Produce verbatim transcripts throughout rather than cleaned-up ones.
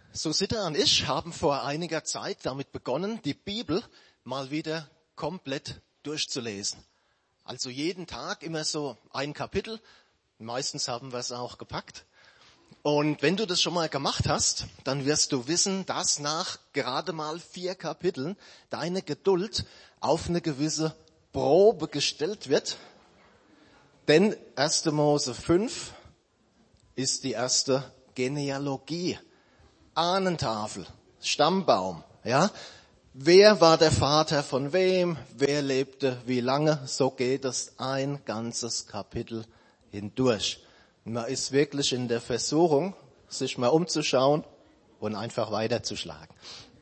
Susita und ich haben vor einiger Zeit damit begonnen, die Bibel mal wieder komplett durchzulesen. Also jeden Tag immer so ein Kapitel. Meistens haben wir es auch gepackt. Und wenn du das schon mal gemacht hast, dann wirst du wissen, dass nach gerade mal vier Kapiteln deine Geduld auf eine gewisse Probe gestellt wird. Denn erster Mose fünf ist die erste Genealogie. Ahnentafel, Stammbaum, ja. Wer war der Vater von wem? Wer lebte wie lange? So geht es ein ganzes Kapitel hindurch. Und man ist wirklich in der Versuchung, sich mal umzuschauen und einfach weiterzuschlagen.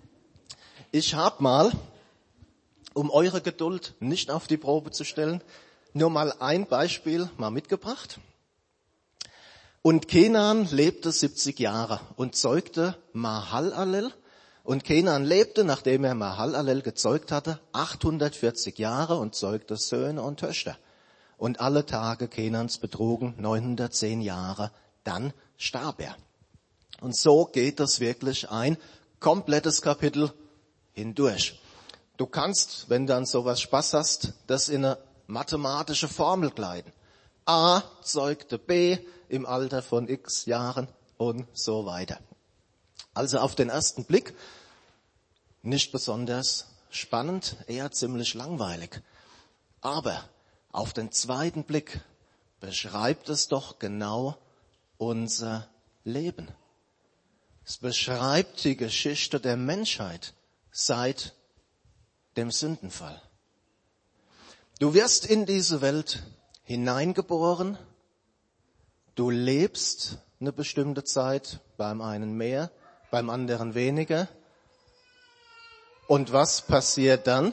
Ich habe mal, um eure Geduld nicht auf die Probe zu stellen, nur mal ein Beispiel mal mitgebracht. Und Kenan lebte siebzig Jahre und zeugte Mahalalel. Und Kenan lebte, nachdem er Mahalalel gezeugt hatte, achthundertvierzig Jahre und zeugte Söhne und Töchter. Und alle Tage Kenans betrugen neunhundertzehn Jahre, dann starb er. Und so geht das wirklich ein komplettes Kapitel hindurch. Du kannst, wenn du an sowas Spaß hast, das in eine mathematische Formel kleiden. A zeugte B im Alter von x Jahren und so weiter. Also auf den ersten Blick nicht besonders spannend, eher ziemlich langweilig. Aber auf den zweiten Blick beschreibt es doch genau unser Leben. Es beschreibt die Geschichte der Menschheit seit dem Sündenfall. Du wirst in diese Welt hineingeboren. Du lebst eine bestimmte Zeit, beim einen mehr, beim anderen weniger. Und was passiert dann?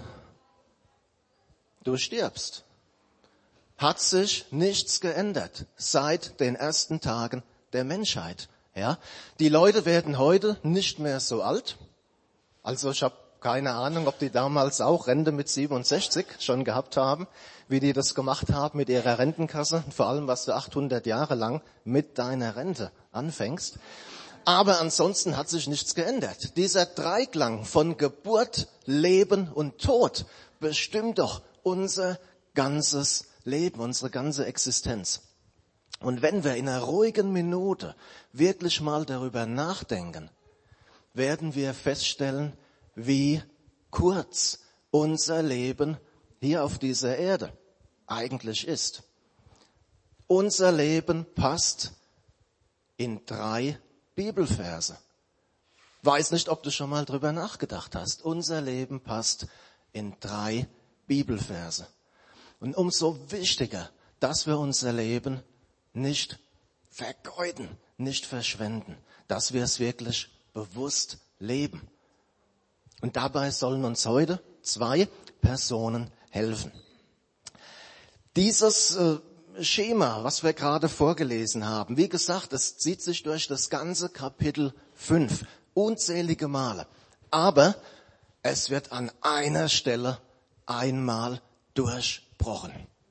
Du stirbst. Hat sich nichts geändert seit den ersten Tagen der Menschheit. Ja, die Leute werden heute nicht mehr so alt. Also ich habe keine Ahnung, ob die damals auch Rente mit siebenundsechzig schon gehabt haben, wie die das gemacht haben mit ihrer Rentenkasse, vor allem was du achthundert Jahre lang mit deiner Rente anfängst. Aber ansonsten hat sich nichts geändert. Dieser Dreiklang von Geburt, Leben und Tod bestimmt doch unser ganzes Leben, unsere ganze Existenz. Und wenn wir in einer ruhigen Minute wirklich mal darüber nachdenken, werden wir feststellen, wie kurz unser Leben hier auf dieser Erde eigentlich ist. Unser Leben passt in drei Bibelverse. Weiß nicht, ob du schon mal drüber nachgedacht hast. Unser Leben passt in drei Bibelverse. Und umso wichtiger, dass wir unser Leben nicht vergeuden, nicht verschwenden, dass wir es wirklich bewusst leben. Und dabei sollen uns heute zwei Personen helfen. Dieses äh, Schema, was wir gerade vorgelesen haben, wie gesagt, es zieht sich durch das ganze Kapitel fünf, unzählige Male. Aber es wird an einer Stelle einmal durchbrochen.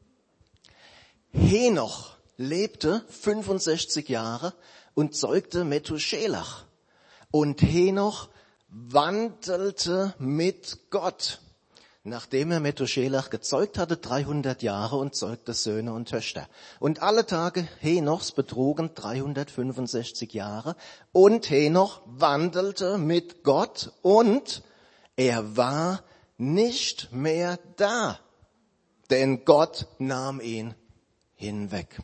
Henoch lebte fünfundsechzig Jahre und zeugte Methuselach. Und Henoch wandelte mit Gott, nachdem er Methuselach gezeugt hatte, dreihundert Jahre und zeugte Söhne und Töchter. Und alle Tage Henochs betrugen dreihundertfünfundsechzig Jahre und Henoch wandelte mit Gott und er war nicht mehr da, denn Gott nahm ihn hinweg.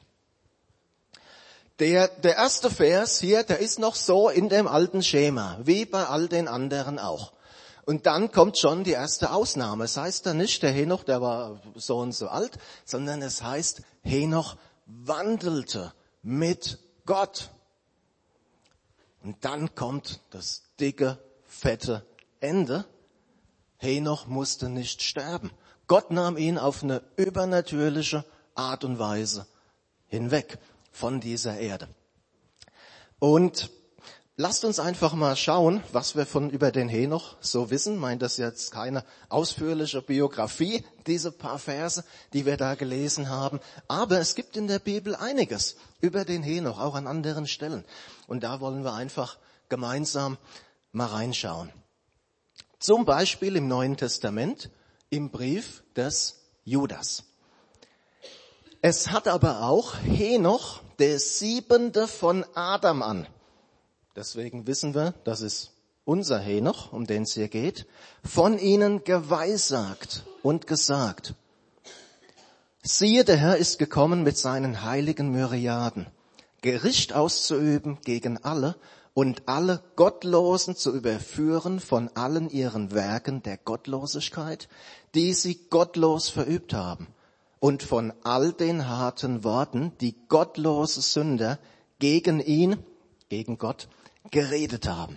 Der, der erste Vers hier, der ist noch so in dem alten Schema, wie bei all den anderen auch. Und dann kommt schon die erste Ausnahme. Es heißt da nicht, der Henoch, der war so und so alt, sondern es heißt, Henoch wandelte mit Gott. Und dann kommt das dicke, fette Ende. Henoch musste nicht sterben. Gott nahm ihn auf eine übernatürliche Art und Weise hinweg von dieser Erde. Und lasst uns einfach mal schauen, was wir von über den Henoch so wissen. Ich meine, das ist jetzt keine ausführliche Biografie, diese paar Verse, die wir da gelesen haben. Aber es gibt in der Bibel einiges über den Henoch, auch an anderen Stellen. Und da wollen wir einfach gemeinsam mal reinschauen. Zum Beispiel im Neuen Testament, im Brief des Judas. Es hat aber auch Henoch, der Siebente von Adam an. Deswegen wissen wir, das ist unser Henoch, um den es hier geht, von ihnen geweissagt und gesagt: Siehe, der Herr ist gekommen mit seinen heiligen Myriaden, Gericht auszuüben gegen alle und alle Gottlosen zu überführen von allen ihren Werken der Gottlosigkeit, die sie gottlos verübt haben, und von all den harten Worten, die gottlose Sünder gegen ihn, gegen Gott, geredet haben.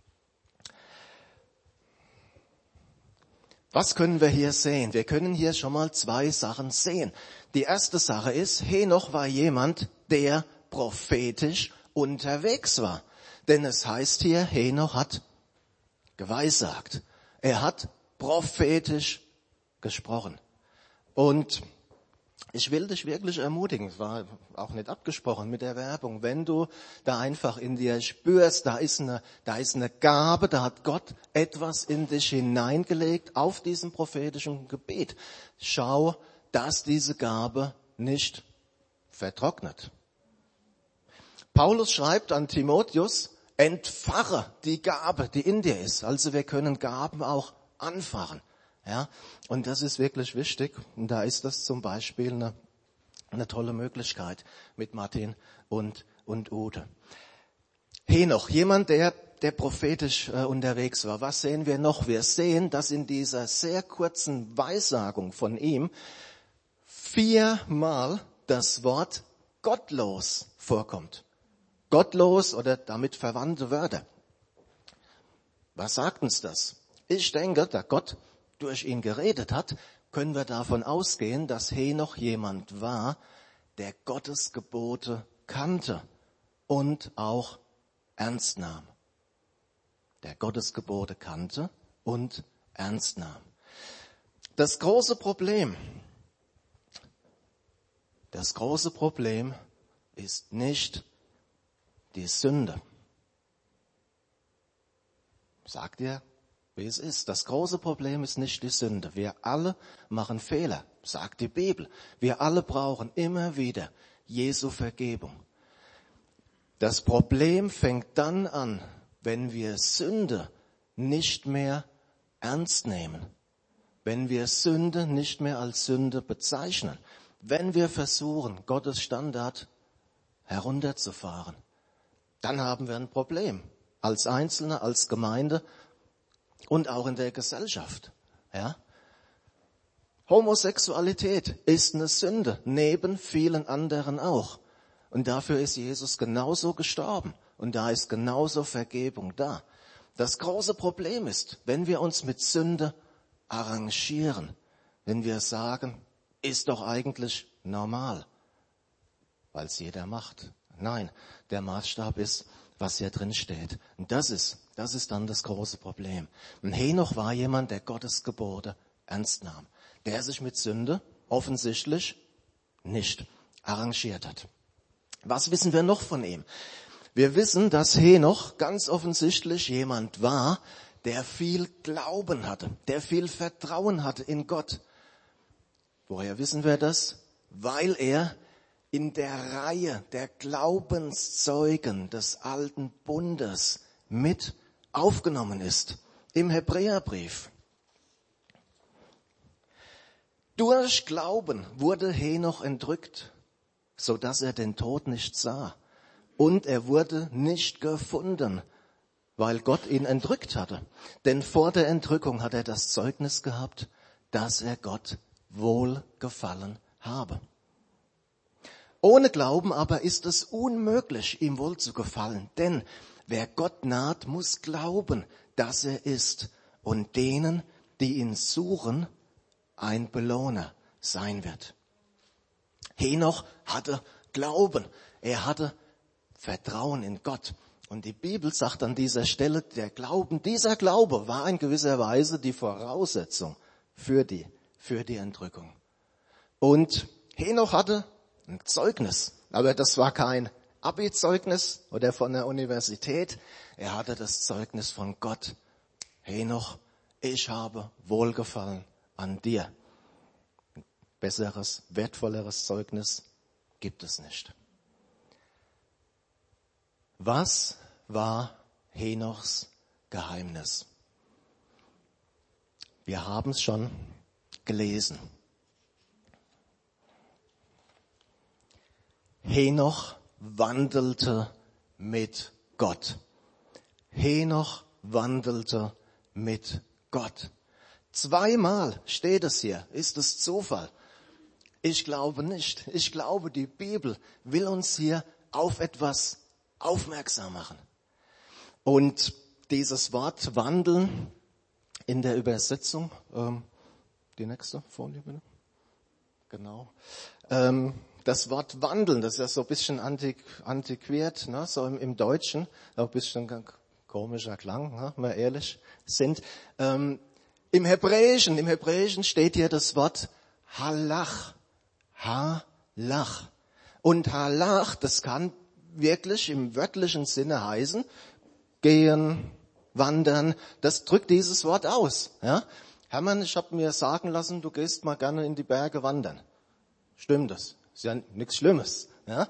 Was können wir hier sehen? Wir können hier schon mal zwei Sachen sehen. Die erste Sache ist, Henoch war jemand, der prophetisch unterwegs war. Denn es heißt hier, Henoch hat geweissagt. Er hat prophetisch gesprochen. Und ich will dich wirklich ermutigen, es war auch nicht abgesprochen mit der Werbung, wenn du da einfach in dir spürst, da ist eine, da ist eine Gabe, da hat Gott etwas in dich hineingelegt auf diesem prophetischen Gebet. Schau, dass diese Gabe nicht vertrocknet. Paulus schreibt an Timotheus, entfache die Gabe, die in dir ist. Also wir können Gaben auch anfachen. Ja, und das ist wirklich wichtig. Und da ist das zum Beispiel eine, eine tolle Möglichkeit mit Martin und, und Ute. Henoch, jemand, der, der prophetisch äh, unterwegs war. Was sehen wir noch? Wir sehen, dass in dieser sehr kurzen Weissagung von ihm viermal das Wort gottlos vorkommt. Gottlos oder damit verwandte Wörter. Was sagt uns das? Ich denke, da Gott durch ihn geredet hat, können wir davon ausgehen, dass Henoch jemand war, der Gottes Gebote kannte und auch ernst nahm. Der Gottes Gebote kannte und ernst nahm. Das große Problem, das große Problem ist nicht die Sünde. Sagt ihr, wie es ist? Das große Problem ist nicht die Sünde. Wir alle machen Fehler, sagt die Bibel. Wir alle brauchen immer wieder Jesu Vergebung. Das Problem fängt dann an, wenn wir Sünde nicht mehr ernst nehmen. Wenn wir Sünde nicht mehr als Sünde bezeichnen. Wenn wir versuchen, Gottes Standard herunterzufahren. Dann haben wir ein Problem. Als Einzelne, als Gemeinde und auch in der Gesellschaft. Ja? Homosexualität ist eine Sünde, neben vielen anderen auch. Und dafür ist Jesus genauso gestorben. Und da ist genauso Vergebung da. Das große Problem ist, wenn wir uns mit Sünde arrangieren, wenn wir sagen, ist doch eigentlich normal, weil es jeder macht. Nein, der Maßstab ist, was hier drin steht. Und das ist, das ist dann das große Problem. Und Henoch war jemand, der Gottes Gebote ernst nahm. Der sich mit Sünde offensichtlich nicht arrangiert hat. Was wissen wir noch von ihm? Wir wissen, dass Henoch ganz offensichtlich jemand war, der viel Glauben hatte, der viel Vertrauen hatte in Gott. Woher wissen wir das? Weil er in der Reihe der Glaubenszeugen des alten Bundes mit aufgenommen ist. Im Hebräerbrief. Durch Glauben wurde Henoch entrückt, so dass er den Tod nicht sah. Und er wurde nicht gefunden, weil Gott ihn entrückt hatte. Denn vor der Entrückung hat er das Zeugnis gehabt, dass er Gott wohlgefallen habe. Ohne Glauben aber ist es unmöglich, ihm wohl zu gefallen. Denn wer Gott naht, muss glauben, dass er ist und denen, die ihn suchen, ein Belohner sein wird. Henoch hatte Glauben. Er hatte Vertrauen in Gott. Und die Bibel sagt an dieser Stelle, der Glauben, dieser Glaube war in gewisser Weise die Voraussetzung für die, für die Entrückung. Und Henoch hatte ein Zeugnis, aber das war kein Abi-Zeugnis oder von der Universität. Er hatte das Zeugnis von Gott. Henoch, ich habe Wohlgefallen an dir. Besseres, wertvolleres Zeugnis gibt es nicht. Was war Henochs Geheimnis? Wir haben es schon gelesen. Henoch wandelte mit Gott. Henoch wandelte mit Gott. Zweimal steht es hier. Ist es Zufall? Ich glaube nicht. Ich glaube, die Bibel will uns hier auf etwas aufmerksam machen. Und dieses Wort wandeln in der Übersetzung, ähm, die nächste Folie bitte. Genau. Ähm, das Wort wandeln, das ist ja so ein bisschen antiq, antiquiert, ne? So im, im Deutschen, ein bisschen komischer Klang, ne? Wenn wir ehrlich sind. Ähm, Im Hebräischen, im Hebräischen steht hier das Wort halach. Halach. Und halach, das kann wirklich im wörtlichen Sinne heißen, gehen, wandern. Das drückt dieses Wort aus. Ja? Hermann, ich habe mir sagen lassen, du gehst mal gerne in die Berge wandern. Stimmt das? Ist ja nichts Schlimmes. Ja?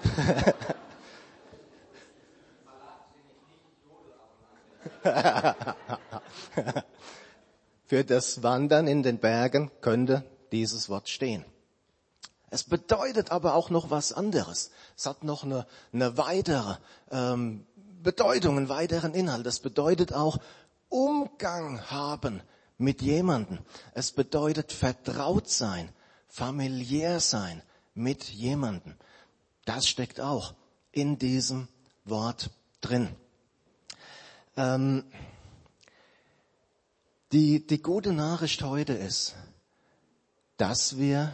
Für das Wandern in den Bergen könnte dieses Wort stehen. Es bedeutet aber auch noch was anderes. Es hat noch eine, eine weitere ähm, Bedeutung, einen weiteren Inhalt. Es bedeutet auch Umgang haben mit jemandem. Es bedeutet vertraut sein, familiär sein mit jemandem. Das steckt auch in diesem Wort drin. Ähm, die, die gute Nachricht heute ist, dass wir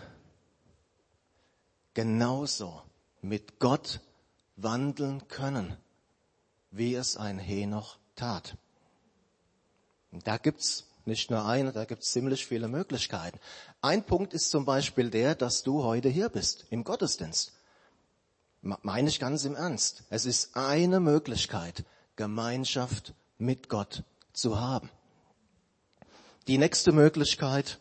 genauso mit Gott wandeln können, wie es ein Henoch tat. Und da gibt's nicht nur eine, da gibt's ziemlich viele Möglichkeiten. Ein Punkt ist zum Beispiel der, dass du heute hier bist, im Gottesdienst. Meine ich ganz im Ernst. Es ist eine Möglichkeit, Gemeinschaft mit Gott zu haben. Die nächste Möglichkeit,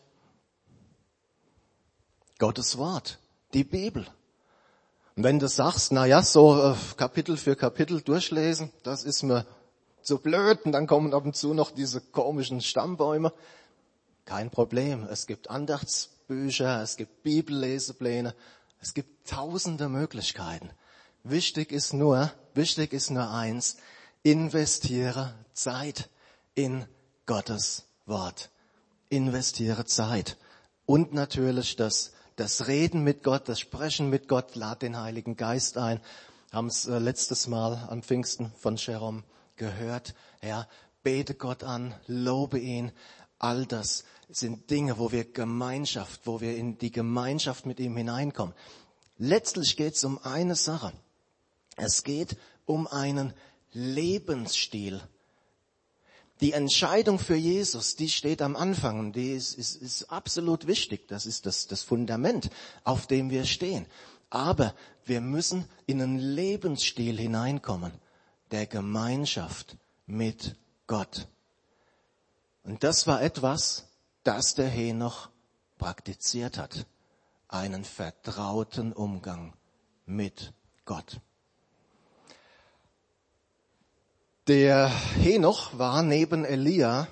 Gottes Wort. Die Bibel. Und wenn du sagst, na ja, so äh, Kapitel für Kapitel durchlesen, das ist mir zu blöd und dann kommen ab und zu noch diese komischen Stammbäume. Kein Problem. Es gibt Andachtsbücher, es gibt Bibellesepläne, es gibt tausende Möglichkeiten. Wichtig ist nur, wichtig ist nur eins, investiere Zeit in Gottes Wort. Investiere Zeit. Und natürlich das Das Reden mit Gott, das Sprechen mit Gott, lad den Heiligen Geist ein. Haben es äh, letztes Mal am Pfingsten von Jerome gehört. Ja, bete Gott an, lobe ihn. All das sind Dinge, wo wir Gemeinschaft, wo wir in die Gemeinschaft mit ihm hineinkommen. Letztlich geht es um eine Sache. Es geht um einen Lebensstil. Die Entscheidung für Jesus, die steht am Anfang und die ist, ist, ist absolut wichtig. Das ist das, das Fundament, auf dem wir stehen. Aber wir müssen in einen Lebensstil hineinkommen, der Gemeinschaft mit Gott. Und das war etwas, das der Henoch praktiziert hat. Einen vertrauten Umgang mit Gott. Der Henoch war neben Elia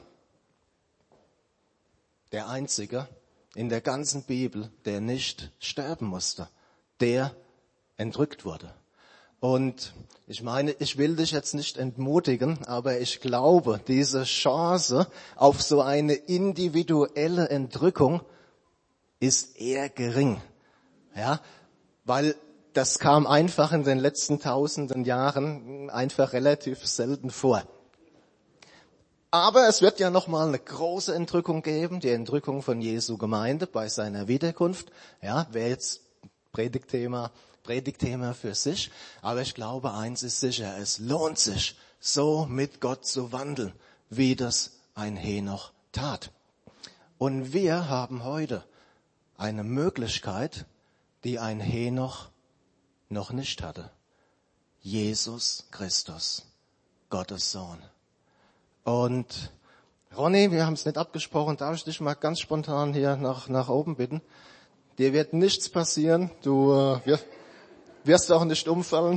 der Einzige in der ganzen Bibel, der nicht sterben musste, der entrückt wurde. Und ich meine, ich will dich jetzt nicht entmutigen, aber ich glaube, diese Chance auf so eine individuelle Entrückung ist eher gering. Ja, weil das kam einfach in den letzten tausenden Jahren einfach relativ selten vor. Aber es wird ja noch mal eine große Entrückung geben, die Entrückung von Jesu Gemeinde bei seiner Wiederkunft. Ja, wäre jetzt Predigtthema, Predigtthema für sich. Aber ich glaube, eins ist sicher, es lohnt sich, so mit Gott zu wandeln, wie das ein Henoch tat. Und wir haben heute eine Möglichkeit, die ein Henoch noch nicht hatte. Jesus Christus, Gottes Sohn. Und Ronny, wir haben es nicht abgesprochen, darf ich dich mal ganz spontan hier nach, nach oben bitten? Dir wird nichts passieren, du äh, wirst, wirst auch nicht umfallen.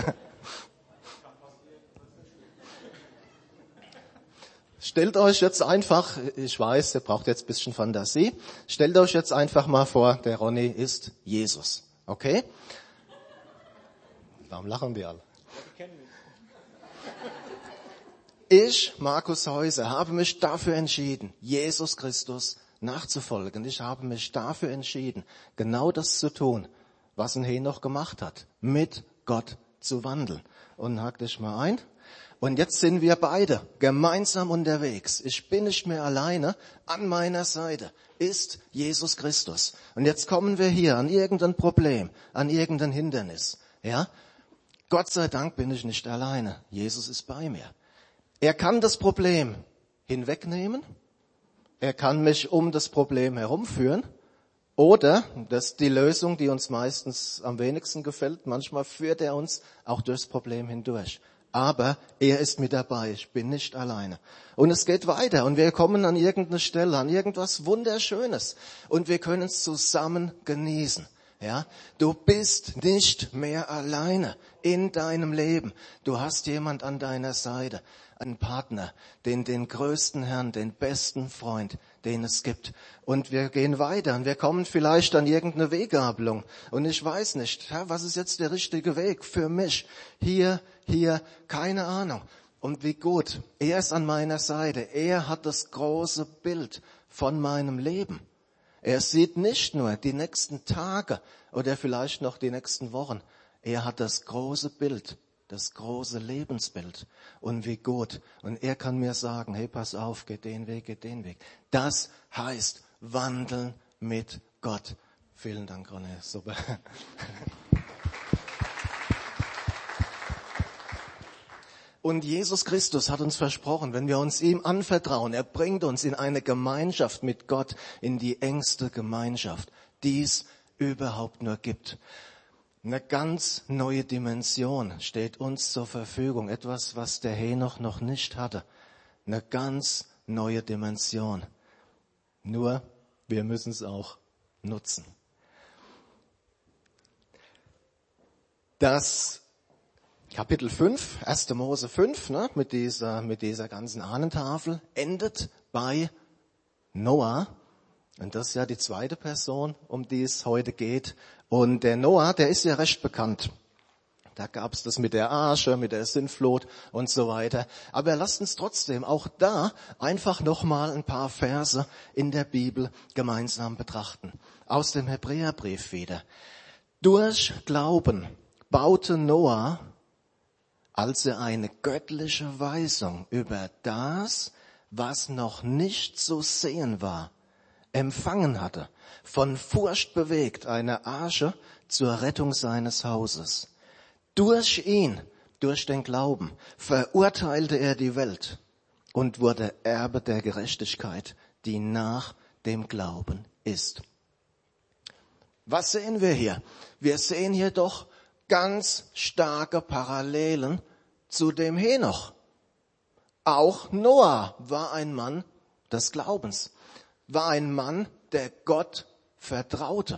Stellt euch jetzt einfach, ich weiß, ihr braucht jetzt ein bisschen Fantasie, stellt euch jetzt einfach mal vor, der Ronny ist Jesus, okay? Warum lachen die alle? Ich, Markus Häuser, habe mich dafür entschieden, Jesus Christus nachzufolgen. Ich habe mich dafür entschieden, genau das zu tun, was ein Henoch gemacht hat, mit Gott zu wandeln. Und hakt dich mal ein. Und jetzt sind wir beide gemeinsam unterwegs. Ich bin nicht mehr alleine. An meiner Seite ist Jesus Christus. Und jetzt kommen wir hier an irgendein Problem, an irgendein Hindernis. Ja? Gott sei Dank bin ich nicht alleine. Jesus ist bei mir. Er kann das Problem hinwegnehmen. Er kann mich um das Problem herumführen. Oder, das ist die Lösung, die uns meistens am wenigsten gefällt, manchmal führt er uns auch durchs Problem hindurch. Aber er ist mit dabei, ich bin nicht alleine. Und es geht weiter und wir kommen an irgendeine Stelle, an irgendwas Wunderschönes. Und wir können es zusammen genießen. Ja, du bist nicht mehr alleine in deinem Leben. Du hast jemand an deiner Seite, einen Partner, den, den größten Herrn, den besten Freund, den es gibt. Und wir gehen weiter und wir kommen vielleicht an irgendeine Weggabelung. Und ich weiß nicht, ja, was ist jetzt der richtige Weg für mich? Hier, hier, keine Ahnung. Und wie gut, er ist an meiner Seite. Er hat das große Bild von meinem Leben. Er sieht nicht nur die nächsten Tage oder vielleicht noch die nächsten Wochen. Er hat das große Bild, das große Lebensbild. Und wie gut. Und er kann mir sagen, hey, pass auf, geh den Weg, geh den Weg. Das heißt wandeln mit Gott. Vielen Dank, René. Super. Und Jesus Christus hat uns versprochen, wenn wir uns ihm anvertrauen, er bringt uns in eine Gemeinschaft mit Gott, in die engste Gemeinschaft, die es überhaupt nur gibt. Eine ganz neue Dimension steht uns zur Verfügung, etwas, was der Henoch noch nicht hatte. Eine ganz neue Dimension. Nur, wir müssen es auch nutzen. Das Kapitel fünf, erster Mose fünf, ne, mit dieser, mit dieser ganzen Ahnentafel, endet bei Noah. Und das ist ja die zweite Person, um die es heute geht. Und der Noah, der ist ja recht bekannt. Da gab's das mit der Arche, mit der Sintflut und so weiter. Aber lasst uns trotzdem auch da einfach nochmal ein paar Verse in der Bibel gemeinsam betrachten. Aus dem Hebräerbrief wieder. Durch Glauben baute Noah, als er eine göttliche Weisung über das, was noch nicht zu sehen war, empfangen hatte, von Furcht bewegt eine Arche zur Rettung seines Hauses. Durch ihn, durch den Glauben, verurteilte er die Welt und wurde Erbe der Gerechtigkeit, die nach dem Glauben ist. Was sehen wir hier? Wir sehen hier doch ganz starke Parallelen zu dem Henoch. Auch Noah war ein Mann des Glaubens, war ein Mann, der Gott vertraute.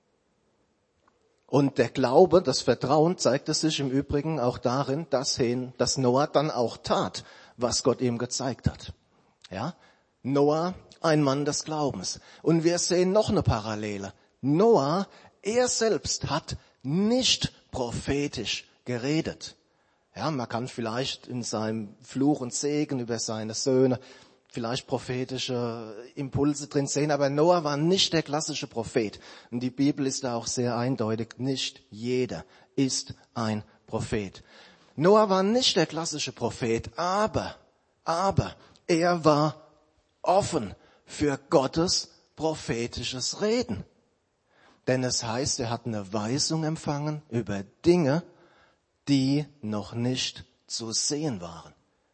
Und der Glaube, das Vertrauen zeigte sich im Übrigen auch darin, dass, dass Noah dann auch tat, was Gott ihm gezeigt hat. Ja, Noah, ein Mann des Glaubens. Und wir sehen noch eine Parallele. Noah, er selbst hat nicht prophetisch geredet. Ja, man kann vielleicht in seinem Fluch und Segen über seine Söhne vielleicht prophetische Impulse drin sehen, aber Noah war nicht der klassische Prophet. Und die Bibel ist da auch sehr eindeutig, nicht jeder ist ein Prophet. Noah war nicht der klassische Prophet, aber, aber er war offen für Gottes prophetisches Reden. Denn es heißt, er hat eine Weisung empfangen über Dinge, die noch nicht zu sehen waren.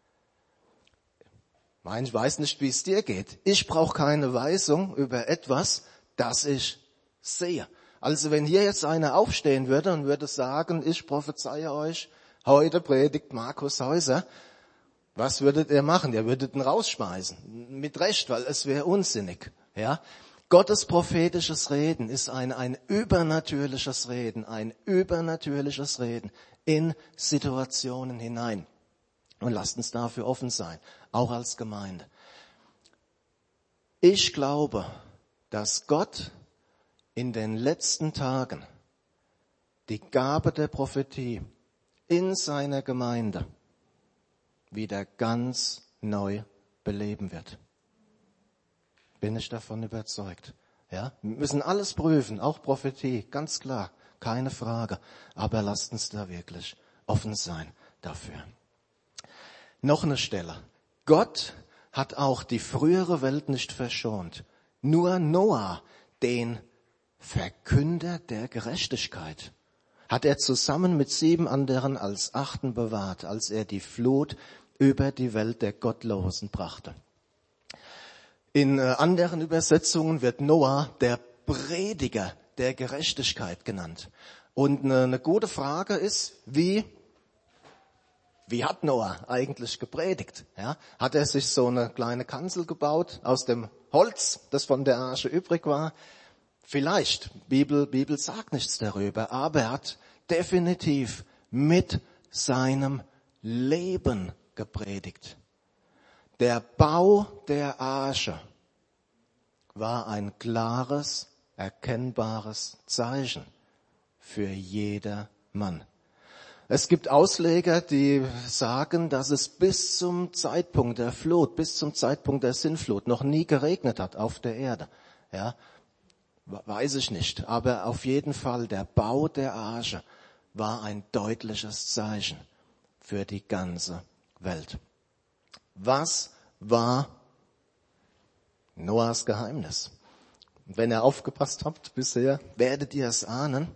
Ich weiß nicht, wie es dir geht. Ich brauche keine Weisung über etwas, das ich sehe. Also wenn hier jetzt einer aufstehen würde und würde sagen, ich prophezeie euch, Heute predigt Markus Häuser. Was würdet ihr machen? Ihr würdet ihn rausschmeißen. Mit Recht, weil es wäre unsinnig. Ja? Gottes prophetisches Reden ist ein, ein übernatürliches Reden, ein übernatürliches Reden in Situationen hinein. Und lasst uns dafür offen sein, auch als Gemeinde. Ich glaube, dass Gott in den letzten Tagen die Gabe der Prophetie in seiner Gemeinde wieder ganz neu beleben wird. Bin ich davon überzeugt. Ja, wir müssen alles prüfen, auch Prophetie, ganz klar, keine Frage. Aber lasst uns da wirklich offen sein dafür. Noch eine Stelle. Gott hat auch die frühere Welt nicht verschont. Nur Noah, den Verkünder der Gerechtigkeit, hat er zusammen mit sieben anderen als Achten bewahrt, als er die Flut über die Welt der Gottlosen brachte. In anderen Übersetzungen wird Noah der Prediger der Gerechtigkeit genannt. Und eine gute Frage ist, wie, wie hat Noah eigentlich gepredigt? Ja, hat er sich so eine kleine Kanzel gebaut aus dem Holz, das von der Arche übrig war? Vielleicht. Bibel, Bibel sagt nichts darüber, aber er hat definitiv mit seinem Leben gepredigt. Der Bau der Arche war ein klares, erkennbares Zeichen für jedermann. Es gibt Ausleger, die sagen, dass es bis zum Zeitpunkt der Flut, bis zum Zeitpunkt der Sintflut noch nie geregnet hat auf der Erde. Ja, weiß ich nicht. Aber auf jeden Fall, der Bau der Arche war ein deutliches Zeichen für die ganze Welt. Was war Noahs Geheimnis? Und wenn ihr aufgepasst habt bisher, werdet ihr es ahnen.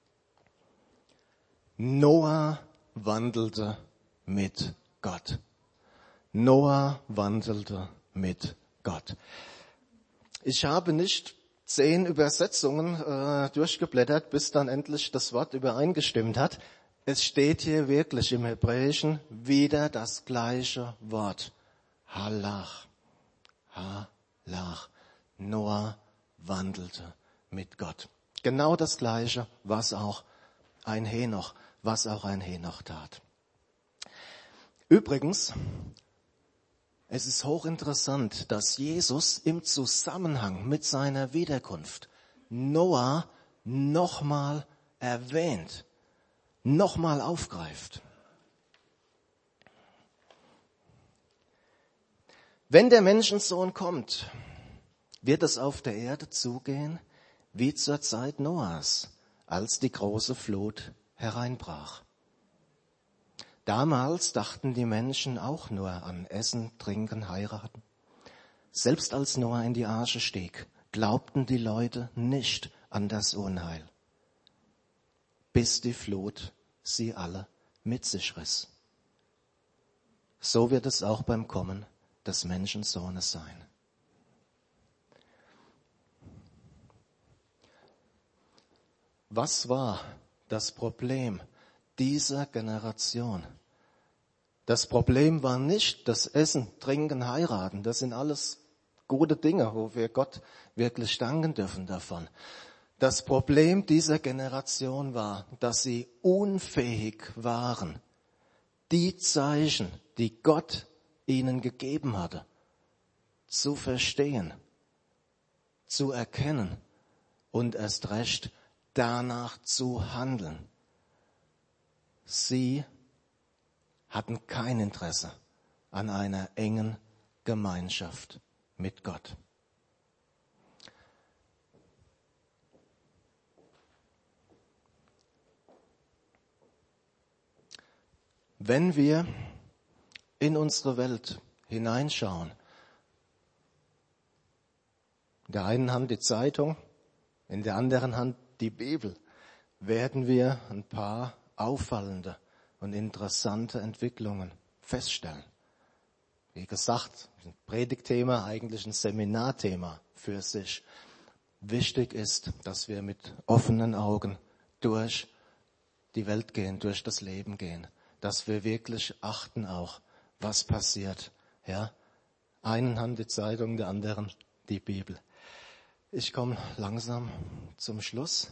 Noah wandelte mit Gott. Noah wandelte mit Gott. Ich habe nicht zehn Übersetzungen äh, durchgeblättert, bis dann endlich das Wort übereingestimmt hat. Es steht hier wirklich im Hebräischen wieder das gleiche Wort. Halach. Halach. Noah wandelte mit Gott. Genau das gleiche, was auch ein Henoch, was auch ein Henoch tat. Übrigens, es ist hochinteressant, dass Jesus im Zusammenhang mit seiner Wiederkunft Noah nochmal erwähnt, nochmal aufgreift. Wenn der Menschensohn kommt, wird es auf der Erde zugehen wie zur Zeit Noahs, als die große Flut hereinbrach. Damals dachten die Menschen auch nur an Essen, Trinken, Heiraten. Selbst als Noah in die Arche stieg, glaubten die Leute nicht an das Unheil, bis die Flut sie alle mit sich riss. So wird es auch beim Kommen des Menschensohnes sein. Was war das Problem dieser Generation? Das Problem war nicht das Essen, Trinken, Heiraten. Das sind alles gute Dinge, wo wir Gott wirklich danken dürfen davon. Das Problem dieser Generation war, dass sie unfähig waren, die Zeichen, die Gott ihnen gegeben hatte, zu verstehen, zu erkennen und erst recht danach zu handeln. Sie hatten kein Interesse an einer engen Gemeinschaft mit Gott. Wenn wir in unsere Welt hineinschauen, in der einen Hand die Zeitung, in der anderen Hand die Bibel, werden wir ein paar auffallende und interessante Entwicklungen feststellen. Wie gesagt, ein Predigtthema, eigentlich ein Seminarthema für sich. Wichtig ist, dass wir mit offenen Augen durch die Welt gehen, durch das Leben gehen. dass wir wirklich achten auch, was passiert. Ja, einen Hand die Zeitung, der anderen die Bibel. Ich komme langsam zum Schluss.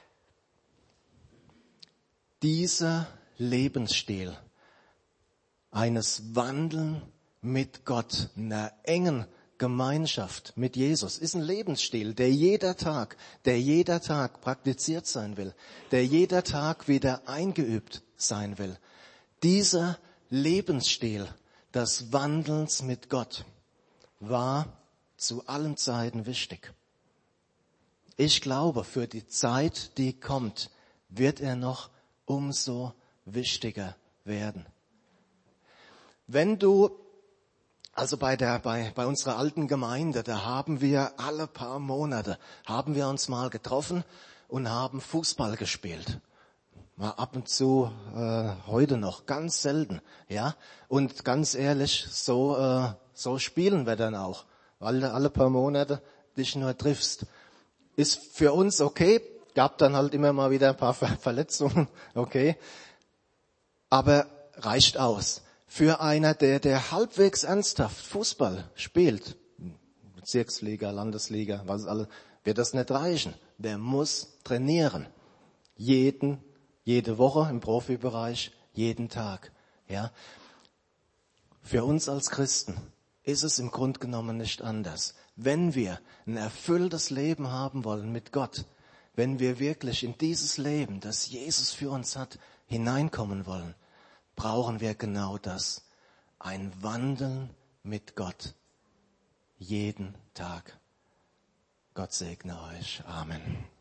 Dieser Lebensstil eines Wandeln mit Gott, einer engen Gemeinschaft mit Jesus, ist ein Lebensstil, der jeder Tag, der jeder Tag praktiziert sein will, der jeder Tag wieder eingeübt sein will. Dieser Lebensstil des Wandelns mit Gott war zu allen Zeiten wichtig. Ich glaube, für die Zeit, die kommt, wird er noch umso wichtiger werden. Wenn du, also bei der, bei, bei unserer alten Gemeinde, da haben wir alle paar Monate, haben wir uns mal getroffen und haben Fußball gespielt. Mal ab und zu, äh, heute noch, ganz selten, ja. Und ganz ehrlich, so, äh, so spielen wir dann auch, weil du alle paar Monate dich nur triffst. Ist für uns okay, gab dann halt immer mal wieder ein paar Ver- Verletzungen, okay. Aber reicht aus. Für einer, der, der halbwegs ernsthaft Fußball spielt, Bezirksliga, Landesliga, was alles, wird das nicht reichen. Der muss trainieren. Jeden, jede Woche im Profibereich, jeden Tag, ja. Für uns als Christen ist es im Grunde genommen nicht anders. Wenn wir ein erfülltes Leben haben wollen mit Gott, wenn wir wirklich in dieses Leben, das Jesus für uns hat, hineinkommen wollen, brauchen wir genau das. Ein Wandeln mit Gott. Jeden Tag. Gott segne euch. Amen.